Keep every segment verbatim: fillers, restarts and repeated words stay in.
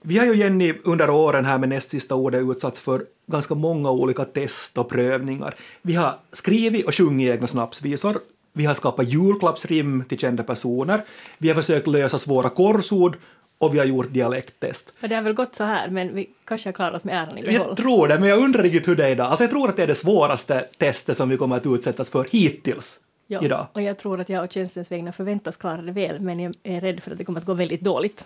Vi har ju, Jenny, under åren här med näst sista ordet utsatts för ganska många olika test och prövningar. Vi har skrivit och sjungit egna snapsvisor. Vi har skapat julklappsrim till kända personer. Vi har försökt lösa svåra korsord och vi har gjort dialekttest. Och det har väl gått så här, men vi kanske har klarat oss med äran i behåll. Jag tror det, men jag undrar riktigt hur det är idag. Alltså jag tror att det är det svåraste testet som vi kommer att utsättas för hittills ja, idag. Och jag tror att jag och tjänstens vägnar förväntas klara det väl, men jag är rädd för att det kommer att gå väldigt dåligt.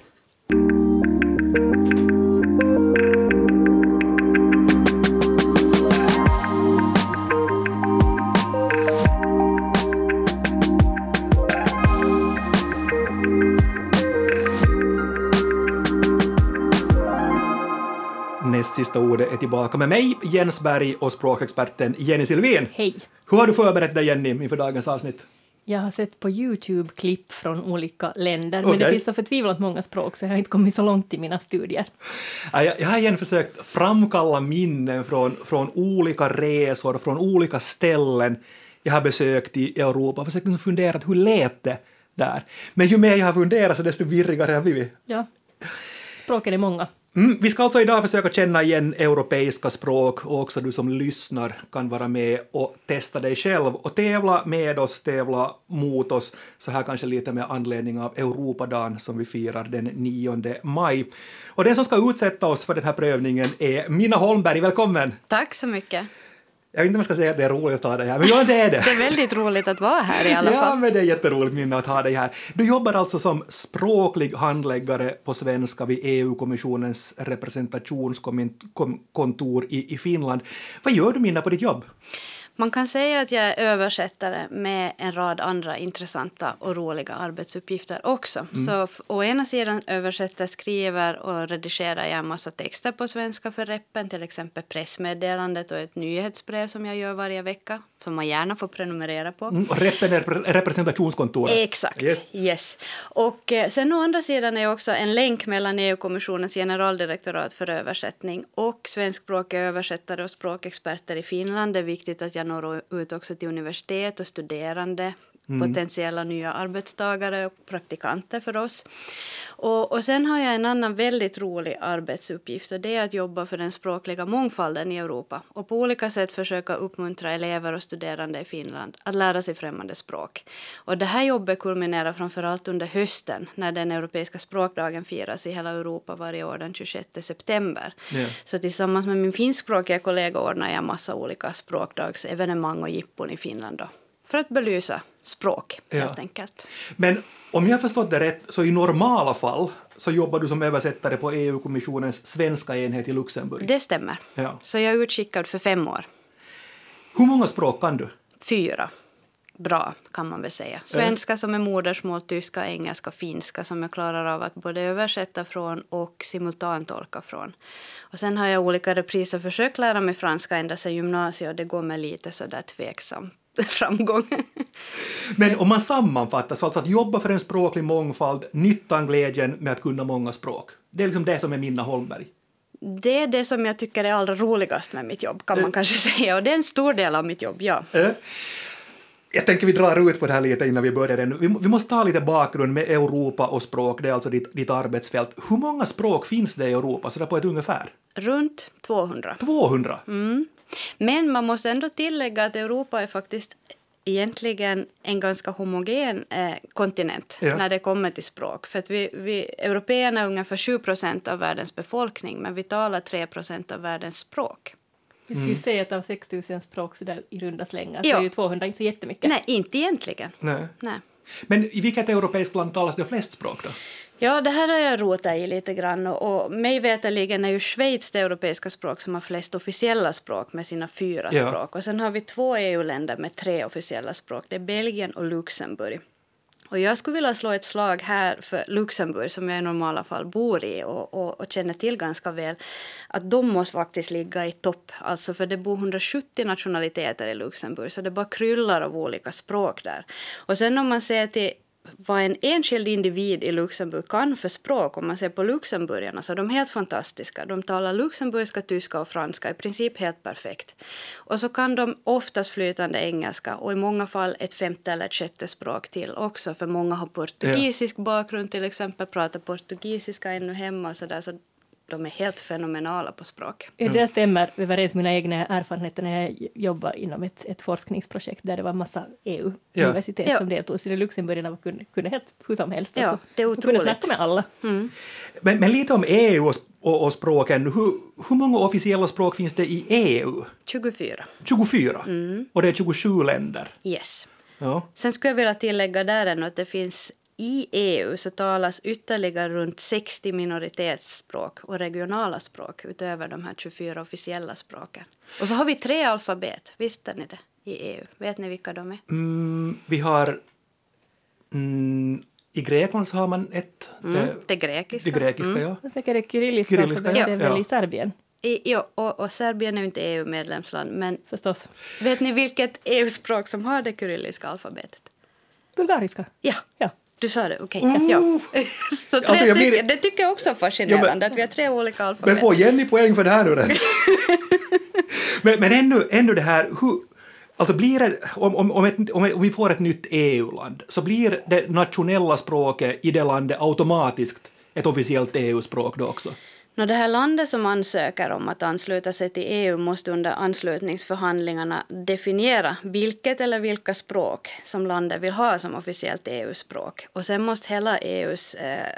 Näst sista ordet är tillbaka med mig, Jens Berg, och språkexperten Jenny Silvin. Hej! Hur har du förberett dig, Jenny, inför dagens avsnitt? Jag har sett på YouTube-klipp från olika länder, Okay. men det finns så förtvivlat många språk så jag har inte kommit så långt i mina studier. Jag, jag har igen försökt framkalla minnen från, från olika resor, från olika ställen jag har besökt i Europa och försökt fundera hur lät det där. Men ju mer jag har funderat så desto virrigare har jag blivit. Ja, språken är många. Mm, vi ska alltså idag försöka känna igen europeiska språk och också du som lyssnar kan vara med och testa dig själv och tävla med oss, tävla mot oss, så här kanske lite med anledning av Europadagen som vi firar den nionde maj. Och den som ska utsätta oss för den här prövningen är Minna Holmberg, välkommen! Tack så mycket. Jag vet inte om jag ska säga att det är roligt att ha dig här, men ja, det är det. Det är väldigt roligt att vara här i alla fall. Ja, men det är jätteroligt, Minna, att ha dig här. Du jobbar alltså som språklig handläggare på svenska vid E U-kommissionens representationskontor i, i Finland. Vad gör du, Minna, på ditt jobb? Man kan säga att jag är översättare med en rad andra intressanta och roliga arbetsuppgifter också. Mm. Så å ena sidan översätter, skriver och redigerar jag en massa texter på svenska för reppen, till exempel pressmeddelandet och ett nyhetsbrev som jag gör varje vecka, som man gärna får prenumerera på. Mm, och reppen är representationskontoret. Exakt, yes. yes. Och eh, sen å andra sidan är också en länk mellan E U-kommissionens generaldirektorat för översättning och svenskspråkiga översättare och språkexperter i Finland. Det är viktigt att jag når ut också till universitet och studerande, mm. potentiella nya arbetstagare och praktikanter för oss. Och, och sen har jag en annan väldigt rolig arbetsuppgift, och det är att jobba för den språkliga mångfalden i Europa och på olika sätt försöka uppmuntra elever och studerande i Finland att lära sig främmande språk. Och det här jobbet kulminerar framförallt under hösten när den europeiska språkdagen firas i hela Europa varje år den tjugosjätte september. Yeah. Så tillsammans med min finskspråkiga kollega ordnar jag en massa olika språkdagsevenemang och jippon i Finland då, för att belysa språk, ja. helt enkelt. Men om jag har förstått det rätt, så i normala fall så jobbar du som översättare på E U-kommissionens svenska enhet i Luxemburg. Det stämmer. Ja. Så jag är utskickad för fem år. Hur många språk kan du? Fyra. Bra, kan man väl säga. Svenska äh. som är modersmål, tyska, engelska, finska som jag klarar av att både översätta från och simultantolka från. Och sen har jag olika repriser försökt lära mig franska ända sedan gymnasiet, och det går med lite sådär tveksam framgång. Men om man sammanfattar, så alltså att jobba för en språklig mångfald, nyttan, glädjen med att kunna många språk. Det är liksom det som är Minna Holmberg. Det är det som jag tycker är allra roligast med mitt jobb, kan man äh. kanske säga. Och det är en stor del av mitt jobb, ja. Äh. Jag tänker vi drar ut på det här lite innan vi börjar. Vi, vi måste ta lite bakgrund med Europa och språk. Det är alltså ditt, ditt arbetsfält. Hur många språk finns det i Europa, så där på ett ungefär? Runt tvåhundra. tvåhundra? Mm. Men man måste ändå tillägga att Europa är faktiskt egentligen en ganska homogen eh, kontinent ja. när det kommer till språk. För att vi, vi européerna är ungefär sju procent av världens befolkning, men vi talar tre procent av världens språk. Vi skulle mm. säga att av sex tusen språk så där i runda slängar så ja. är ju tvåhundra inte så jättemycket. Nej, inte egentligen. Nej. Nej. Men i vilket europeiskt land talas det flest språk då? Ja, det här har jag rotat i lite grann, och, och mig veterligen är ju Schweiz det europeiska språk som har flest officiella språk med sina fyra ja. språk. Och sen har vi två E U-länder med tre officiella språk, det är Belgien och Luxemburg. Och jag skulle vilja slå ett slag här för Luxemburg som jag i normala fall bor i och, och, och känner till ganska väl. Att de måste faktiskt ligga i topp. Alltså för det bor hundrasjuttio nationaliteter i Luxemburg, så det bara kryllar av olika språk där. Och sen om man ser till vad en enskild individ i Luxemburg kan för språk, om man ser på luxemburgarna, så är de helt fantastiska. De talar luxemburgska, tyska och franska i princip helt perfekt. Och så kan de oftast flytande engelska och i många fall ett femte eller ett sjätte språk till också, för många har portugisisk ja. bakgrund till exempel, pratar portugisiska ännu hemma och sådär, så de är helt fenomenala på språk. Ja, det stämmer överens med mina egna erfarenheter när jag jobbade inom ett, ett forskningsprojekt där det var en massa E U-universitet Ja. som deltog. Så det luxemburgarna kunde, kunde helt hur som helst. Ja, alltså. det är De kunde otroligt. snacka med alla. Mm. Men, men lite om E U och, och, och språken. Hur, hur många officiella språk finns det i E U? tjugofyra. tjugofyra. Mm. Och det är tjugosju länder. Yes. Ja. Sen skulle jag vilja tillägga där ännu att det finns i E U så talas ytterligare runt sextio minoritetsspråk och regionala språk utöver de här tjugofyra officiella språken. Och så har vi tre alfabet, visste ni det, i E U? Vet ni vilka de är? Mm, vi har... Mm, I Grekland så har man ett... Mm, eh, det grekiska. det grekiska, ja. Jag tänker det kyrilliska, Kyrilliska, alfabetet ja. är väl Ja. i Serbien I, ja, och, och Serbien är ju inte E U-medlemsland, men förstås. vet ni vilket E U-språk som har det kyrilliska alfabetet? Bulgariska. Ja, Ja. du sa det, okej. Mm. Ja. Så tre Alltså, jag blir- stycken, det tycker jag också är fascinerande, Ja, men- att vi har tre olika alfabet. Men får Jenny poäng för det här nu då? men men ännu, ännu det här... Hur, alltså blir det, om, om, om, ett, om vi får ett nytt E U-land så blir det nationella språket i det landet automatiskt ett officiellt E U-språk då också? Nå, det här landet som ansöker om att ansluta sig till E U måste under anslutningsförhandlingarna definiera vilket eller vilka språk som landet vill ha som officiellt E U-språk. Och sen måste hela E U:s eh,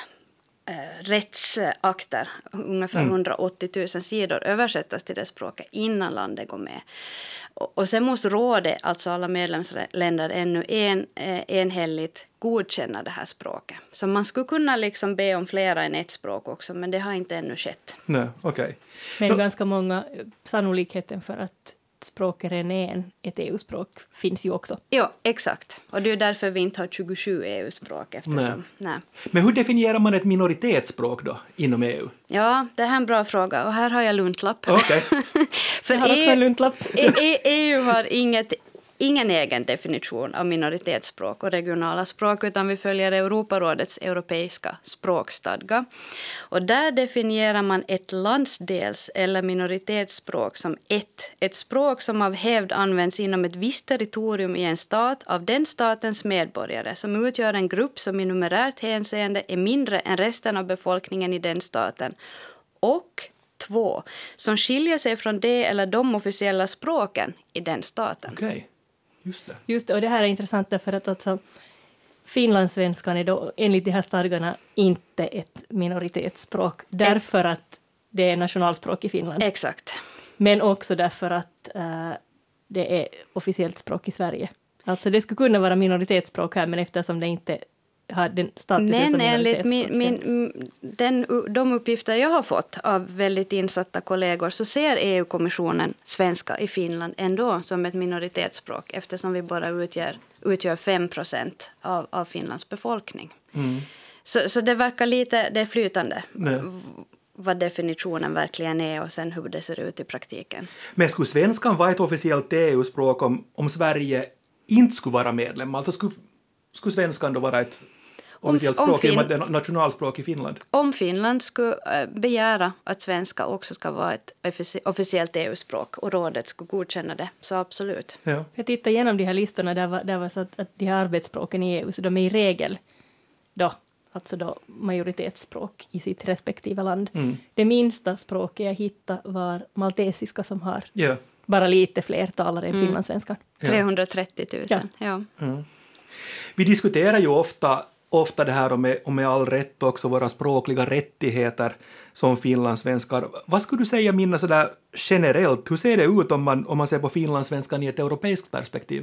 eh, rättsakter, ungefär Mm. hundraåttio tusen sidor, översättas till det språket innan landet går med. Och, och sen måste rådet, alltså alla medlemsländer, ännu en, eh, enhälligt godkänna det här språket. Så man skulle kunna liksom be om flera än ett språk också, men det har inte ännu skett. Nej, okej. Men Nå- ganska många sannolikheten för att språket är en, ett E U-språk finns ju också. Ja, exakt. Och det är därför vi inte har tjugosju E U-språk. Eftersom, nej. Men hur definierar man ett minoritetsspråk då inom E U? Ja, det här är en bra fråga och här har jag luntlapp. Okej. För Jag har också en luntlapp. E- E- E U har inget, ingen egen definition av minoritetsspråk och regionala språk, utan vi följer Europarådets europeiska språkstadga. Och där definierar man ett landsdels- eller minoritetsspråk som ett, ett språk som av hävd används inom ett visst territorium i en stat av den statens medborgare som utgör en grupp som i numerärt hänseende är mindre än resten av befolkningen i den staten. Och två, som skiljer sig från det eller de officiella språken i den staten. Okej, just det. Just det, och det här är intressant därför att alltså, finlandssvenskan är då enligt de här stadgarna inte ett minoritetsspråk därför att det är nationalspråk i Finland. Exakt. Men också därför att uh, det är officiellt språk i Sverige. Alltså det skulle kunna vara minoritetsspråk här, men eftersom det inte har den statusen som Men enligt minoritetsspråk. min, min, den, de uppgifter jag har fått av väldigt insatta kollegor så ser E U-kommissionen svenska i Finland ändå som ett minoritetsspråk eftersom vi bara utgör, utgör fem procent av, av Finlands befolkning. Mm. Så, så det verkar lite, det är flytande Nej. v- vad definitionen verkligen är och sen hur det ser ut i praktiken. Men skulle svenskan vara ett officiellt E U-språk om, om Sverige inte skulle vara medlem? Alltså skulle, skulle svenskan då vara ett officiellt om språk i och med fin- att det är nationalspråk i Finland? Om Finland skulle äh, begära att svenska också ska vara ett offici- officiellt E U-språk och rådet skulle godkänna det, så absolut. Ja. Jag tittade igenom de här listorna där var, där var så att, att de här arbetsspråken i E U, så de är i regel då, alltså då majoritetsspråk i sitt respektive land. Mm. Det minsta språket jag hittade var maltesiska som har Ja. bara lite fler talare än Mm. finlandssvenskan. Ja. trehundratrettio tusen. Ja. Mm. Vi diskuterar ju ofta, ofta det här och med, och med all rätt också våra språkliga rättigheter som finlandssvenskar. Vad skulle du säga, Minna, sådär generellt? Hur ser det ut om man, om man ser på finlandssvenskan i ett europeiskt perspektiv?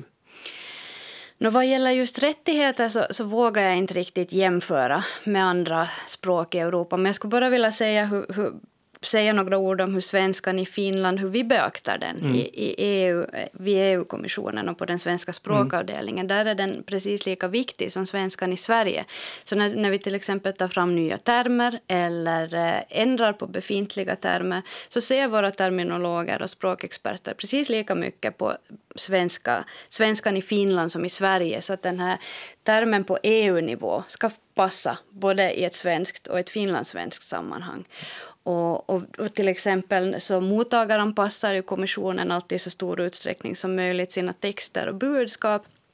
Nå, vad gäller just rättigheter så, så vågar jag inte riktigt jämföra med andra språk i Europa. Men jag skulle bara vilja säga, hur, hur, säga några ord om hur svenskan i Finland, hur vi beaktar den Mm. i, i E U, vid E U-kommissionen och på den svenska språkavdelningen. Mm. Där är den precis lika viktig som svenskan i Sverige. Så när, när vi till exempel tar fram nya termer eller eh, ändrar på befintliga termer så ser våra terminologer och språkexperter precis lika mycket på svenska, svenskan i Finland som i Sverige, så att den här termen på E U-nivå ska passa både i ett svenskt och ett finlandssvenskt sammanhang. Och, och, och till exempel så mottagaranpassar ju kommissionen alltid i så stor utsträckning som möjligt sina texter och budskap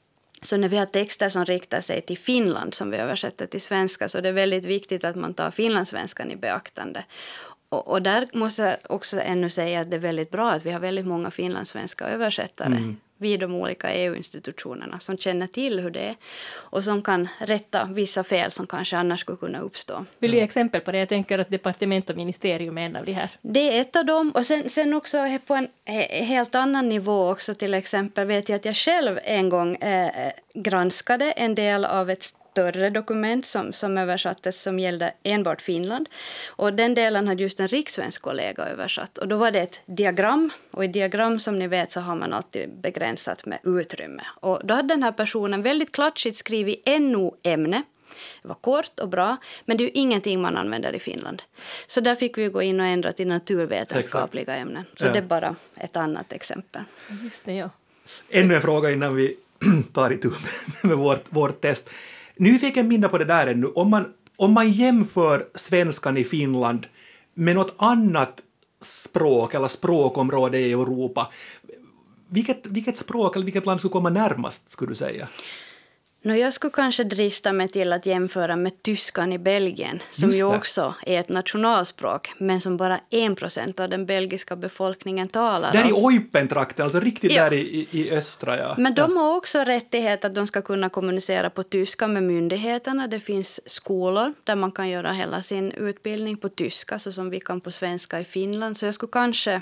Så när vi har texter som riktar sig till Finland som vi översätter till svenska, så det är väldigt viktigt att man tar finlandssvenskan i beaktande. Och, och där måste jag också ännu säga att det är väldigt bra att vi har väldigt många finlandssvenska översättare mm. vid de olika E U-institutionerna som känner till hur det är och som kan rätta vissa fel som kanske annars skulle kunna uppstå. Vill du ge exempel på det? Jag tänker att departement och ministerium är en av de här. Det är ett av dem, och sen, sen också på en helt annan nivå också, till exempel vet jag att jag själv en gång eh, granskade en del av ett större dokument som, som översattes som gällde enbart Finland. Och den delen hade just en rikssvensk kollega översatt. Och då var det ett diagram. Och i diagram som ni vet så har man alltid begränsat med utrymme. Och då hade den här personen väldigt klatschigt skrivit N O-ämne. Det var kort och bra, men det är ju ingenting man använder i Finland. Så där fick vi gå in och ändra till naturvetenskapliga Exakt. ämnen. Så ja. det är bara ett annat exempel. Just det, ja. Ännu en fråga innan vi tar itu med vårt, vårt test. Nyfiken minne på det där ännu. Om man, om man jämför svenskan i Finland med något annat språk eller språkområde i Europa, vilket, vilket språk eller vilket land skulle komma närmast, skulle du säga? No, jag skulle kanske drista mig till att jämföra med tyskan i Belgien, som ju också är ett nationalspråk, men som bara en procent av den belgiska befolkningen talar. Där i Oipentrakten, alltså riktigt ja. där i, i östra. Ja. Men de ja. har också rättighet att de ska kunna kommunicera på tyska med myndigheterna. Det finns skolor där man kan göra hela sin utbildning på tyska, så som vi kan på svenska i Finland. Så jag skulle kanske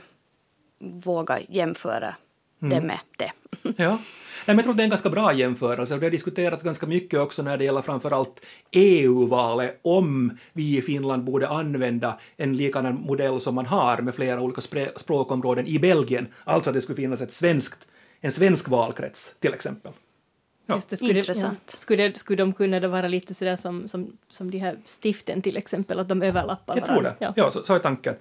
våga jämföra mm. det med det. Ja. Nej, men jag tror det är en ganska bra jämförelse. Det har diskuterats ganska mycket också när det gäller framförallt E U-valet, om vi i Finland borde använda en likadan modell som man har med flera olika språkområden i Belgien. Alltså att det skulle finnas ett svenskt, en svensk valkrets till exempel. Ja. Just det, skulle, Intressant. Ja. Skulle, det, skulle de kunna vara lite sådär som, som, som de här stiften till exempel, att de överlappar varandra? Jag tror det. Ja, ja så, så är tanken.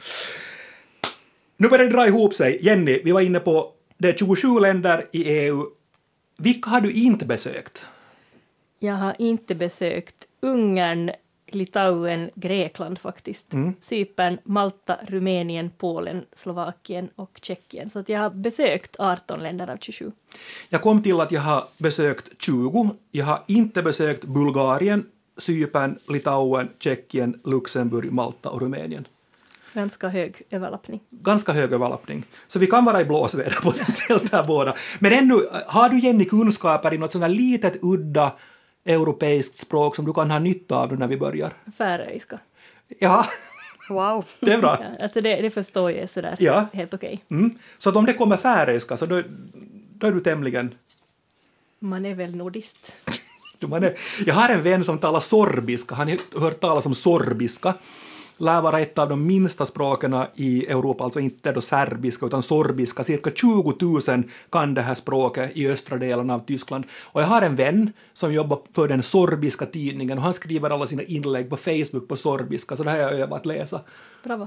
Nu börjar det dra ihop sig. Jenny, vi var inne på det är tjugosju länder i E U. Vilka har du inte besökt? Jag har inte besökt Ungern, Litauen, Grekland faktiskt. Mm. Cypern, Malta, Rumänien, Polen, Slovakien och Tjeckien. Så att jag har besökt arton länder av tjugosju. Jag kom till att jag har besökt tjugo. Jag har inte besökt Bulgarien, Cypern, Litauen, Tjeckien, Luxemburg, Malta och Rumänien. Ganska hög överlappning. Ganska hög överlappning. Så vi kan vara i blåsväder potentiellt här båda. Men ännu, har du Jenny kunskaper i något sådant här litet udda europeiskt språk som du kan ha nytta av när vi börjar? Färöiska. Ja. Wow. Det är bra. Ja, alltså det, det förstår jag sådär ja. helt okej. Okay. Mm. Så att om det kommer färöiska så då, då är du tämligen... Man är väl nordist. Man är... Jag har en vän som talar sorbiska. Han har hört talas om sorbiska. Lär vara ett av de minsta språken i Europa, alltså inte då serbiska utan sorbiska. Cirka tjugo tusen kan det här språket i östra delen av Tyskland. Och jag har en vän som jobbar för den sorbiska tidningen och han skriver alla sina inlägg på Facebook på sorbiska, så det här har jag övat att läsa. Bravo.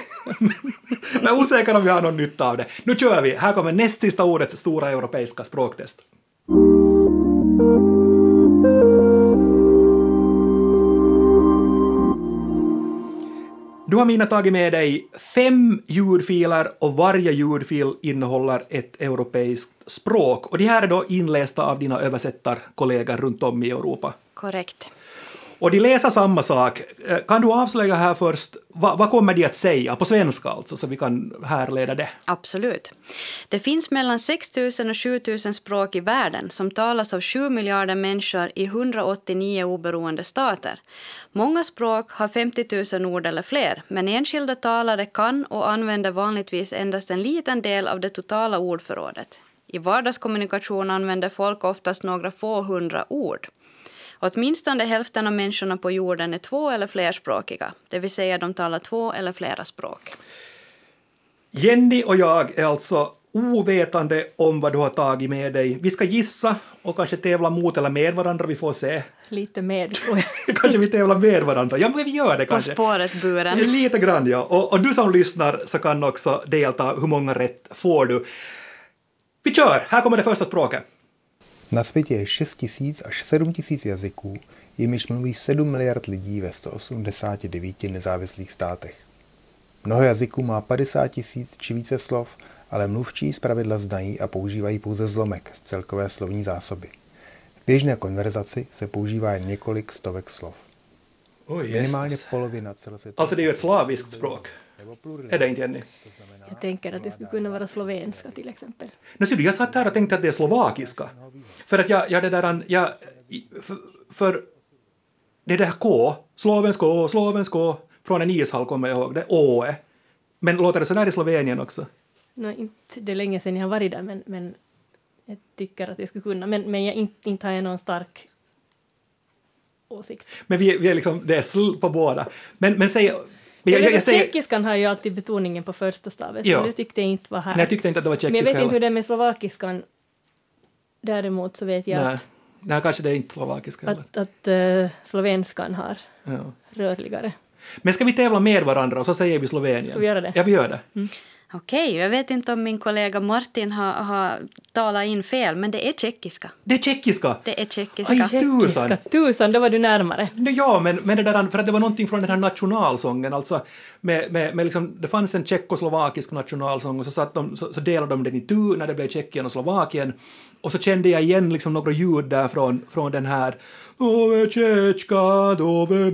Jag är osäker om vi har någon nytta av det. Nu kör vi. Här kommer näst sista ordets stora europeiska språktest. Du har mina tagit med dig fem ljudfiler och varje ljudfil innehåller ett europeiskt språk. Och de här är då inlästa av dina översättarkollegor runt om i Europa. Korrekt. Och de läser samma sak. Kan du avslöja här först, vad, vad kommer de att säga på svenska alltså, så vi kan härleda det? Absolut. Det finns mellan sex tusen och sju tusen språk i världen som talas av sju miljarder människor i hundraåttionio oberoende stater. Många språk har femtio tusen ord eller fler, men enskilda talare kan och använder vanligtvis endast en liten del av det totala ordförrådet. I vardagskommunikation använder folk oftast några få hundra ord. Åtminstone hälften av människorna på jorden är två- eller flerspråkiga, det vill säga de talar två eller flera språk. Jenny och jag är alltså ovetande om vad du har tagit med dig. Vi ska gissa och kanske tävla mot eller med varandra, vi får se. Lite med, tror jag. Kanske vi tävlar med varandra. Ja, men vi gör det kanske. På spåret buren. Lite grann, ja. Och, och du som lyssnar så kan också delta. Hur många rätt får du? Vi kör! Här kommer det första språket. Na světě je šest tisíc až sedm tisíc jazyků, jimiž mluví sedm miliard lidí ve sto osmdesáti devíti nezávislých státech. Mnoho jazyků má padesát tisíc či více slov, ale mluvčí zpravidla znají a používají pouze zlomek z celkové slovní zásoby. V běžné konverzaci se používá jen několik stovek slov. Oj, Minimálně jesses. polovina celosvětové. Alltså det är ju ett slaviskt språk. Är det inte, Jenny? Jag tänker att det skulle kunna vara slovenska till exempel. No, ser du, jag satt här och tänkte att det är slovakiska. För att jag, jag det där, jag, för, för det där K, slovensko, slovensko, från en ishall kommer jag ihåg, det Åe. Men låter det så där i Slovenien också? No, inte det är länge sedan jag har varit där, men, men jag tycker att jag skulle kunna. Men, men jag inte, inte har jag någon stark åsikt. Men vi, vi är liksom, det är sl på båda. Men, men säg... Jag, Jag, jag, jag säger, tjeckiskan har ju alltid betoningen på första stavet, Ja. så det tyckte jag inte var här. nej, jag tyckte inte att det var tjeckiska men jag vet heller. inte hur det är med slovakiskan. Däremot så vet jag Nej. att, nej, kanske det är inte slovakiska heller. att, att uh, slovenskan har Ja. rörligare. Men ska vi tävla med varandra och så säger vi Slovenien? Ska vi göra det? Ja, vi gör det. Mm. Okej, jag vet inte om min kollega Martin har, har talat in fel, men det är tjeckiska. Det är tjeckiska! Det är tjeckiska. Aj, tusan! Tjeckiska, tusan, då var du närmare. No, ja, men, men det där, för att det var någonting från den här nationalsången, alltså med, med, med liksom, det fanns en tjeckoslovakisk nationalsång och så, satt de, så, så delade de den i tu när det blev Tjeckien och Slovakien och så kände jag igen liksom några ljud där från, från den här Ove tjecka, dove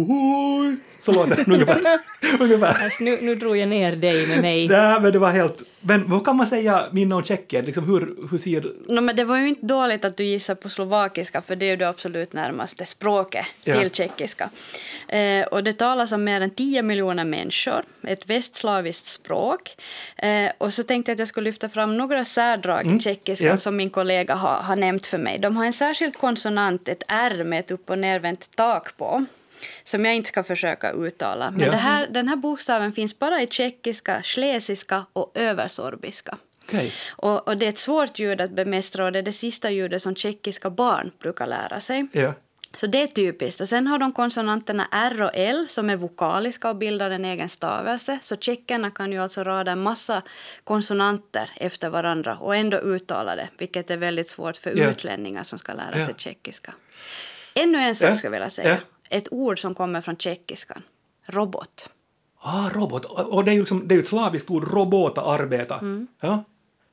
moj. Så låter det ungefär. ungefär. Alltså, nu, nu drog jag ner dig med mig. Nej, men det var helt... Men vad kan man säga minne om Tjeckien? Liksom hur, hur ser... No, men det var ju inte dåligt att du gissar på slovakiska, för det är ju det absolut närmaste språket Ja. till tjeckiska. Eh, och det talas om mer än tio miljoner människor, ett västslaviskt språk. Eh, och så tänkte jag att jag skulle lyfta fram några särdrag i tjeckiska Ja. som min kollega har, har nämnt för mig. De har en särskild konsonant, ett R med ett upp- och nervänt tak på, som jag inte ska försöka uttala. Men Ja. det här, den här bokstaven finns bara i tjeckiska, schlesiska och översorbiska. Okej. Och, och det är ett svårt ljud att bemästra, och det är det sista ljudet som tjeckiska barn brukar lära sig. Ja. Så det är typiskt. Och sen har de konsonanterna R och L som är vokaliska och bildar en egen stavelse. Så tjeckerna kan ju alltså rada en massa konsonanter efter varandra och ändå uttala det, vilket är väldigt svårt för Ja. utlänningar som ska lära Ja. sig tjeckiska. Ännu en sak Ja. skulle jag vilja säga. Ja. Ett ord som kommer från tjeckiskan. Robot. Ah, robot. Och det är ju liksom, det är ju ett slaviskt ord, robota, arbeta. Mm. Ja.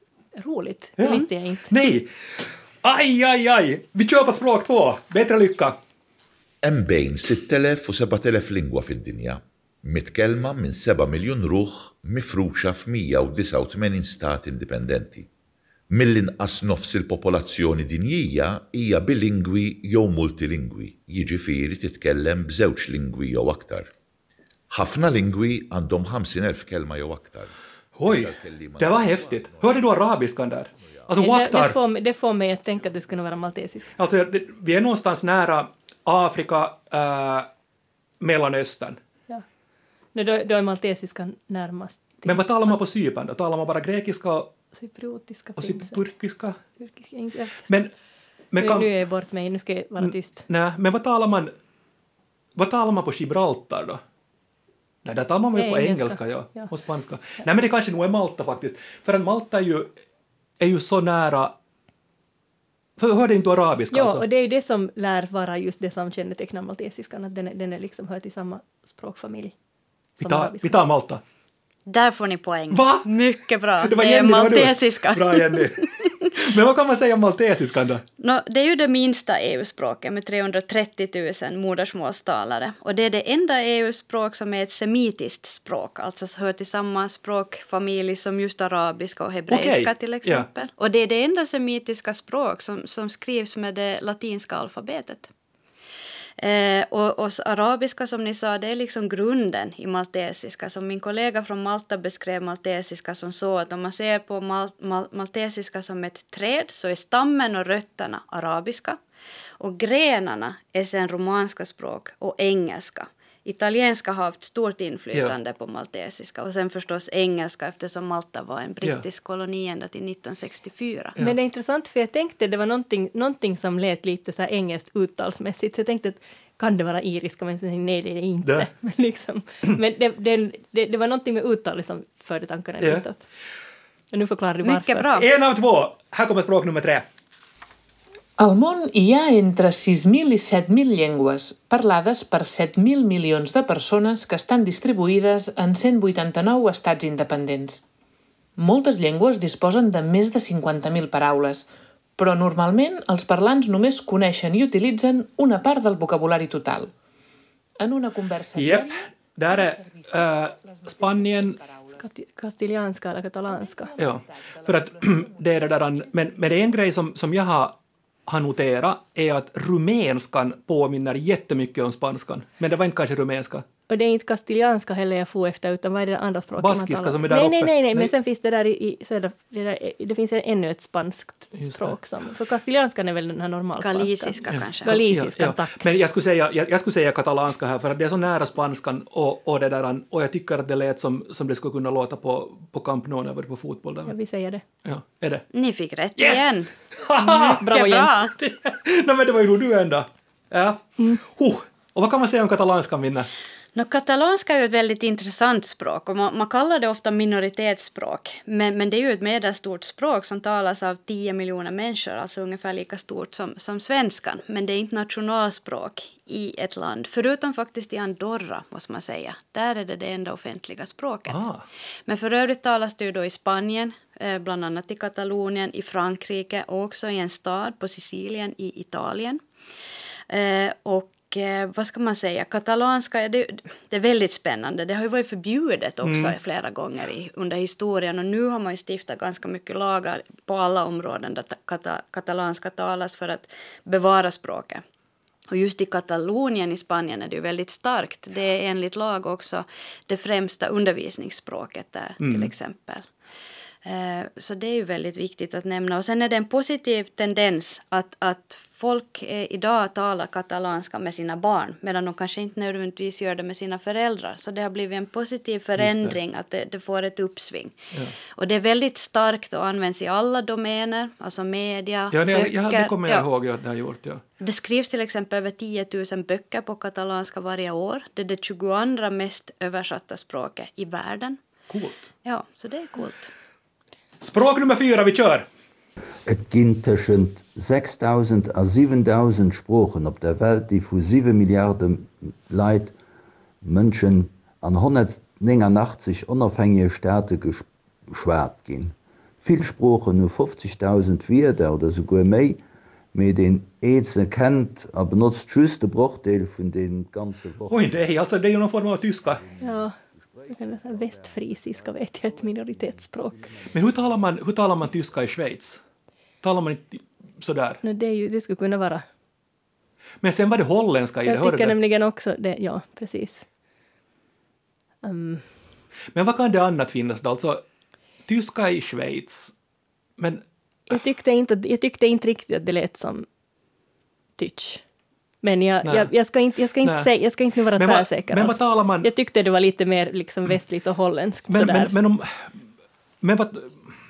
Roligt, det Ja. visste jag inte. Nej! Aj, aj, aj! Vi kör på språk två. Bättre lycka! Hemm bejn sitt elef u seba' elef lingwa fid-dinja, mitkellma minn seba' miljun ruħ mifruxa f'mija u disa' u tmenin stat indipendenti. Mill-inqas nofs il-popolazzjoni dinjija hija bilingwi jew multilingwi, jiġifieri titkellem b'żewġ lingwi jew aktar. Ħafna lingwi għandhom ħamsin elf kelma jew aktar. Oj, det var häftigt. Hörde du arabiskan där? Alltså, Det, det, waktar. får, det får mig att tänka att det skulle vara maltesiska. Alltså, det, vi är någonstans nära Afrika, äh, Mellanöstern. Ja. No, då, då är maltesiskan närmast. till- Men vad talar man på Cypern? Då talar man bara grekiska och Cypriotiska finns det. cypriotiska? Turkiska, inte- Men, men nu, kan, nu är jag bort mig, nu ska jag vara tyst. nej, men vad talar man vad talar man på Gibraltar då? Nej, där talar man väl Nej, på engelska. engelska, ja, Ja. och spanska. Nej, men det kanske nog är Malta faktiskt. För att Malta är ju, är ju så nära... För hörde inte du arabiska Ja, alltså? och det är ju det som lär vara just det som kännetecknar maltesiskan, att den är, den är liksom hör till samma språkfamilj Vi som tar, arabiskan. vi tar Malta. Där får ni poäng. Va? Mycket bra. Det var är Jenny, det var du. maltesiska. Bra, Jenny. Men vad kan man säga om maltesiskan då? No, det är ju det minsta E U-språket med trehundratrettio tusen modersmålstalare. Och det är det enda E U-språk som är ett semitiskt språk, alltså hör till samma språkfamilj som just arabiska och hebreiska Okej, till exempel. Och det är det enda semitiska språk som, som skrivs med det latinska alfabetet. Eh, och, och arabiska, som ni sa, det är liksom grunden i maltesiska. Som min kollega från Malta beskrev maltesiska som så att om man ser på mal, mal, maltesiska som ett träd så är stammen och rötterna arabiska. Och grenarna är sen romanska språk och engelska. Italienska har haft stort inflytande på maltesiska och sen förstås engelska eftersom Malta var en brittisk koloni ända till nittonhundrasextiofyra. Men det är intressant för jag tänkte det var någonting, någonting som lät lite så här engelskt uttalsmässigt, så jag tänkte att kan det vara iriska, men så, nej det är det inte. Det. Men, liksom, men det, det, det, det var någonting med uttalet som förde tankarna Ja. ditåt. Och nu förklarar du varför. Mycket bra. En av två. Här kommer språk nummer tre. Al món hi ha entre sis mil i set mil llengües, parlades per set mil milions de persones que estan distribuïdes en cent vuitanta-nou estats independents. Moltes llengües disposen de més de cinquanta mil paraules, però normalment els parlants només coneixen i utilitzen una part del vocabulari total. En una conversa Japp, där är äh, Spanien... Kastilianska eller katalanska. Ja, för att det är det där, men, men det är en grej som, som jag har, har noterat är att rumänskan påminner jättemycket om spanskan, men det var inte kanske rumänska. Och det är inte kastilianska heller jag får efter, utan vad är det andra språket Baskiska man talar? som är där nej, uppe. nej, nej, nej, Nej. men sen finns det där i, i södra, det, där, det finns ännu ett spanskt språk som, för kastilianskan är väl den här normalspanskan. Galiciska kanske. Galiciska, Ja, ja. tack. Men jag skulle, säga, jag, jag skulle säga katalanska här, för att det är så nära spanskan och, och, det där, och jag tycker att det lät som, som det skulle kunna låta på, på Camp Nou när jag var på fotboll. Där. Ja, vi säger det. Ja, är det? Ni fick rätt Yes! igen. Bravo Vilket bra. Jens. Nej, men det var ju nog du ändå. Ja. Mm. Huh. Och vad kan man säga om katalanskan, Minna? No, katalanska är ju ett väldigt intressant språk och man, man kallar det ofta minoritetsspråk. Men, men det är ju ett medelstort språk som talas av tio miljoner människor, alltså ungefär lika stort som, som svenskan. Men det är inte nationalspråk i ett land, förutom faktiskt i Andorra måste man säga. Där är det det enda offentliga språket. Ah. Men för övrigt talas det ju då i Spanien, eh, bland annat i Katalonien, i Frankrike och också i en stad på Sicilien i Italien. Eh, och eh, vad ska man säga, katalanska, det, det är väldigt spännande. Det har ju varit förbjudet också mm. flera gånger i, under historien och nu har man ju stiftat ganska mycket lagar på alla områden där kata, katalanska talas för att bevara språket. Och just i Katalonien i Spanien är det ju väldigt starkt. Det är enligt lag också det främsta undervisningsspråket där mm. till exempel. Så det är ju väldigt viktigt att nämna. Och sen är det en positiv tendens att, att folk idag talar katalanska med sina barn medan de kanske inte nödvändigtvis gör det med sina föräldrar. Så det har blivit en positiv förändring det. att det, det får ett uppsving. Ja. Och det är väldigt starkt och används i alla domäner, alltså media, ja, nej, böcker. Ja, det kommer jag ja. ihåg att det har gjort, ja. Det skrivs till exempel över tio tusen böcker på katalanska varje år. Det är det tjugoandra mest översatta språket i världen. Coolt. Ja, så det är coolt. Språk nummer fyra, vi kör! Et gibt zwischen sechstausend und siebentausend Sprachen auf der Welt, die für sieben Milliarden Leute, Menschen an hundertneunundachtzig unabhängige Staaten geschwärzt gehen. Viele Sprachen nur fünfzigtausend Wörter oder sogar mehr, mit den Ärzte kennt, aber benutzt just den Bruchteil von den ganzen Worten. Oj, det är, alltså, det är ju någon form av tyska. Ja. Västfrisiska vet jag, ett minoritetsspråk. Men hur talar man, hur talar man tyska i Schweiz? Talar man inte sådär? No, det, är ju, det skulle kunna vara. Men sen var det holländska i det, jag hörde tycker det? nämligen också det, ja, precis. Um. Men vad kan det annat finnas då? Alltså, tyska i Schweiz, men... Jag tyckte inte, jag tyckte inte riktigt att det lät som tysk. Men jag, jag, jag ska inte, jag ska inte, säga, jag ska inte nu vara tvärsäker. Men vad talar man... Jag tyckte det var lite mer liksom västligt och holländskt. Men, sådär. men, men, om, men vad...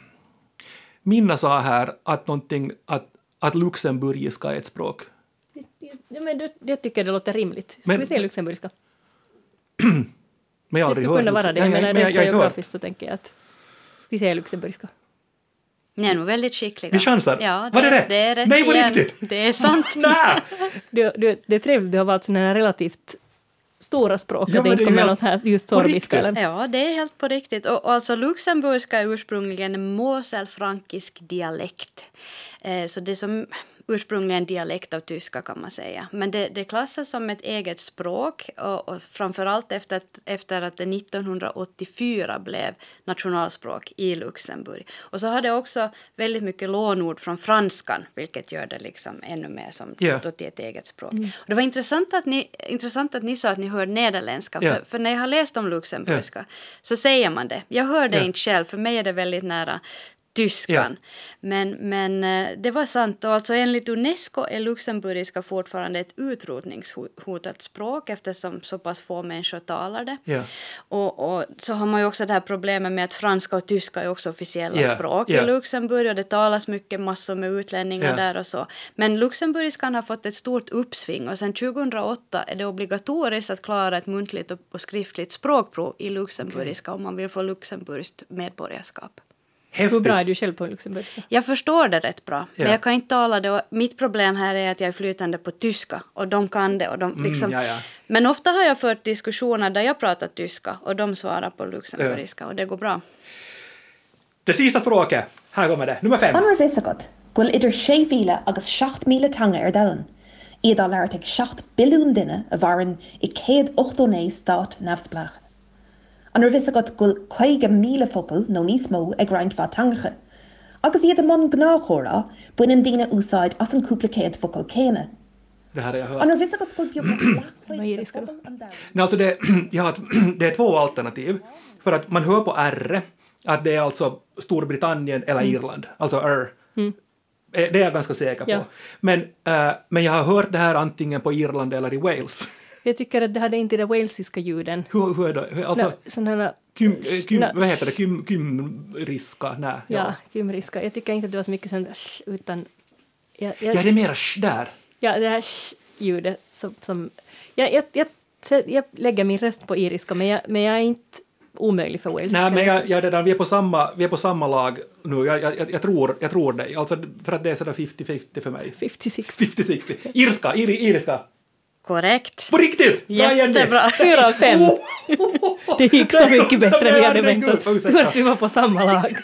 Minna sa här att, någonting, att, att luxemburgiska är ett språk. Ja, men du, jag tycker det låter rimligt. Ska men, vi säga luxemburgiska? Men jag har aldrig hört det skulle kunna vara det. Jag menar, men jag, jag, jag geografiskt så tänker jag att... Ska vi säga luxemburgiska? Ni är nog väldigt skickliga. Vi chansar. Ja, var det rätt? Det är rätt. Nej, på igen. riktigt? Det är sant. Nej! Du, du, det är trevligt, du har valt sådana här relativt stora språk. Ja, att det inte kommer helt, någon så här just sorbiska. Eller? Ja, det är helt på riktigt. Och, och alltså luxemburgiska är ursprungligen en moselfrankisk dialekt. Eh, så det är som ursprungligen dialekt av tyska kan man säga. Men det, det klassas som ett eget språk och, och framförallt efter att, efter att det nittonhundraåttiofyra blev nationalspråk i Luxemburg. Och så har det också väldigt mycket lånord från franskan, vilket gör det liksom ännu mer som yeah. till ett eget språk. Mm. Och det var intressant att, ni, intressant att ni sa att ni hörde nederländska, yeah. för, för när jag har läst om luxemburgiska yeah. så säger man det. Jag hör det yeah. inte själv, för mig är det väldigt nära tyskan. Ja. Men, men det var sant. Och alltså enligt UNESCO är luxemburgiska fortfarande ett utrotningshotat språk eftersom så pass få människor talar det. Ja. Och, och så har man ju också det här problemet med att franska och tyska är också officiella ja. språk ja. i Luxemburg och det talas mycket massor med utlänningar ja. där och så. Men luxemburgiskan har fått ett stort uppsving och sedan tjugohundraåtta är det obligatoriskt att klara ett muntligt och skriftligt språkprov i luxemburgiska okay. om man vill få luxemburgiskt medborgarskap. Häftigt. Hur bra är du själv på luxemburgiska? Jag förstår det rätt bra. Ja. Men jag kan inte tala det. Och mitt problem här är att jag är flytande på tyska. Och de kan det. Och de liksom... mm, ja, ja. Men ofta har jag fört diskussioner där jag pratar tyska. Och de svarar på luxemburgiska. Ja. Och det går bra. Det sista språket. Här kommer det. Nummer fem. Vanhar vessakot. Gwil idir sé mhíle agus seacht míle tanga ar domhan. Iad á leir ag seacht bilún duine a bharan i céad ochtónéis stát nefsblach. An ar vis agat gwil chuige míle focail nó níos mó ag roiint fá tangacha. Agus iad amon gnáchóra buin an dína úsáid as an cúpla céad focail céine. Det här har jag hört. An ar vis agat gwil Vad iriska då? Nej, alltså det, jag har, det är två alternativ. För att man hör på R att det är alltså Storbritannien eller mm. Irland. Alltså R. Mm. Det är jag ganska säker på. Ja. Men, äh, men jag har hört det här antingen på Irland eller i Wales. Jag tycker att det hade inte de walesiska ljuden. Hur, hur är det? Hur, alltså, no, sådana, kym, kym, no. Vad heter det? Kym, kymriska? Nej, ja, ja, kymriska. Jag tycker inte att det var så mycket sånt utan... Jag, jag, ja, det är mera sh där. Ja, det här ljudet som... som jag, jag, jag, jag lägger min röst på iriska, men jag, men jag är inte omöjlig för walesiska. Nej, men jag, jag, det där, vi, är på samma, vi är på samma lag nu. Jag, jag, jag, tror, jag tror dig. Alltså, för att det är sådär femtio femtio för mig. femtio sextio. femtio sextio. Irska, ir, iriska. Korrekt. På riktigt? Jättebra. Fyra av fem. Det gick så mycket bättre än vi hade väntat. Tur att vi var på samma lag.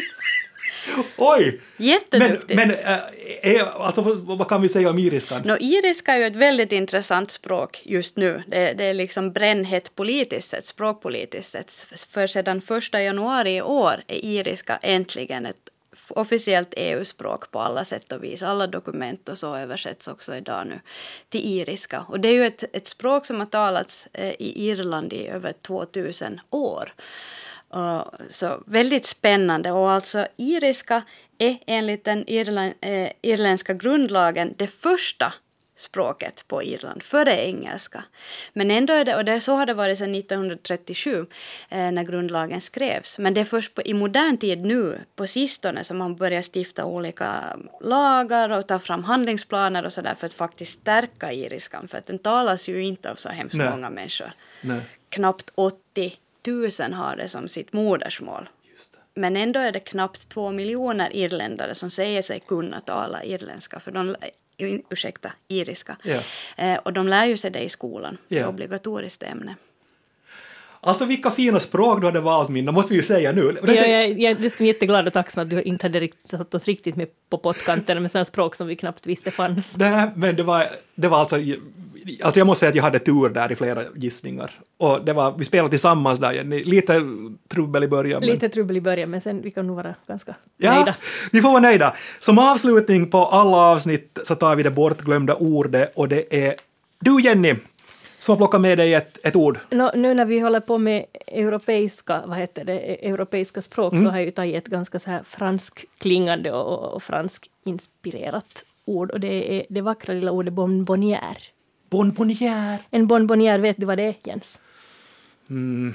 Oj! Jätteduktigt. Men, men äh, alltså, vad kan vi säga om iriskan? No, iriska är ju ett väldigt intressant språk just nu. Det, det är liksom brännhett politiskt sett, språkpolitiskt sett. För sedan första januari i år är iriska äntligen ett officiellt E U-språk på alla sätt och vis. Alla dokument och så översätts också idag nu till iriska. Och det är ju ett, ett språk som har talats eh, i Irland i över tvåtusen år. Uh, så väldigt spännande. Och alltså iriska är enligt den irland, eh, irländska grundlagen det första språket på Irland före engelska. Men ändå är det, och det, så har det varit sedan nittonhundratrettiosju eh, när grundlagen skrevs. Men det är först på, i modern tid nu på sistone som man börjar stifta olika lagar och ta fram handlingsplaner och sådär för att faktiskt stärka iriskan. För att den talas ju inte av så hemskt Nej. många människor. Nej. Knappt åttio tusen har det som sitt modersmål. Just det. Men ändå är det knappt två miljoner irländare som säger sig kunna tala irländska. För de, ursäkta, iriska. Yeah. Eh, och de lär ju sig det i skolan. Yeah. Det är obligatoriskt ämne. Alltså vilka fina språk du hade valt, Minna, måste vi ju säga nu. Ja, jag, jag är jätteglad och tacksam att du inte hade riktigt satt oss riktigt med på pottkanten med sådana språk som vi knappt visste fanns. Nej, men det var, det var alltså... Alltså jag måste säga att jag hade tur där i flera gissningar. Och det var, vi spelade tillsammans där, Jenny. Lite trubbel i början. Lite men... trubbel i början, men sen vi kan nog vara ganska ja, nöjda. Vi får vara nöjda. Som avslutning på alla avsnitt så tar vi det bortglömda ordet och det är du, Jenny, som har plockat med dig ett, ett ord. No, nu när vi håller på med europeiska, vad heter det, europeiska språk mm. så har jag ju tagit ett ganska så här franskklingande och, och franskinspirerat ord. Och det är det vackra lilla ordet bonbonnière. Bonbonnière. En bonbonnière, vet du vad det är, Jens? Mm.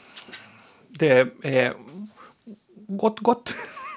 Det är gott, gott.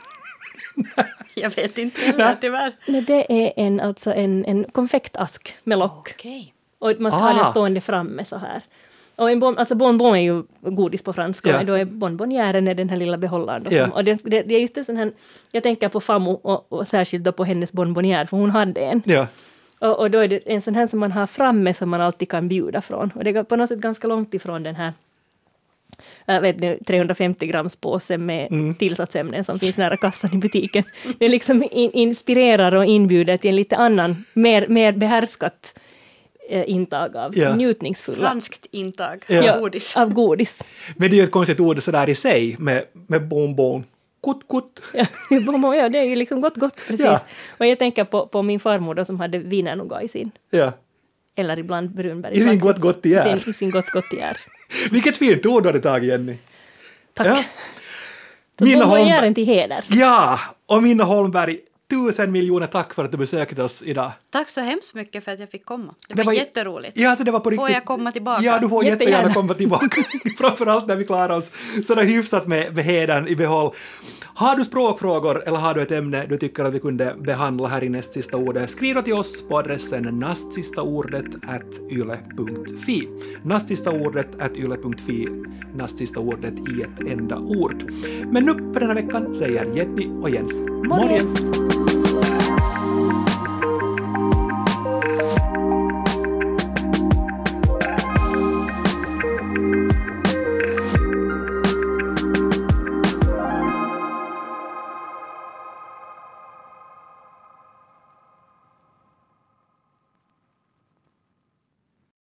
Jag vet inte heller, tyvärr. Nej, det är en, alltså en, en konfektask med lock. Okay. Och man ska ah. ha den stående framme så här. Och en bon, alltså bonbon är ju godis på franska. Yeah. Och då är bonbonniären är den här lilla behållaren. Då, yeah. som, och det, det, det är just en sån här, jag tänker på Famo och, och särskilt då på hennes bonbonniär, för hon hade en. Yeah. Och, och då är det en sån här som man har framme som man alltid kan bjuda från. Och det är på något sätt ganska långt ifrån den här jag vet inte, trehundrafemtio grams påse med mm. tillsatsämnen som finns nära kassan i butiken. Det liksom in, inspirerar och inbjuder till en lite annan, mer, mer behärskat eh, intag av yeah. njutningsfulla. Franskt intag yeah. av godis. Av godis. Men det är ju ett konstigt ord sådär i sig med, med bonbon. Kutt, kutt. Ja, ja, det är ju liksom gott, gott, precis. Ja. Och jag tänker på, på min farmor då, som hade wienernoga i sin. Ja. Eller ibland brunbär. I sin gott, gott i är. I sin, sin gott, gott i är. Vilket fint ord du hade tagit, Jenny. Tack. Ja. Minna Holmberg. Till heders. Ja, och Minna Holmberg, tusen miljoner tack för att du besökte oss idag. Tack så hemskt mycket för att jag fick komma. Det, det var, var jätteroligt. Ja, alltså det var på riktigt. Får jag komma tillbaka? Ja, du får jättegärna, jättegärna komma tillbaka. Framförallt när vi klarar oss sådär hyfsat med, med hedern i behåll. Har du språkfrågor eller har du ett ämne du tycker att vi kunde behandla här i näst sista ordet, skriv då till oss på adressen nastsistaordet at yle punkt fi. Nastsistaordet at yle punkt fi. Nastsistaordet i ett enda ord. Men nu för denna veckan säger Jenny och Jens morgens.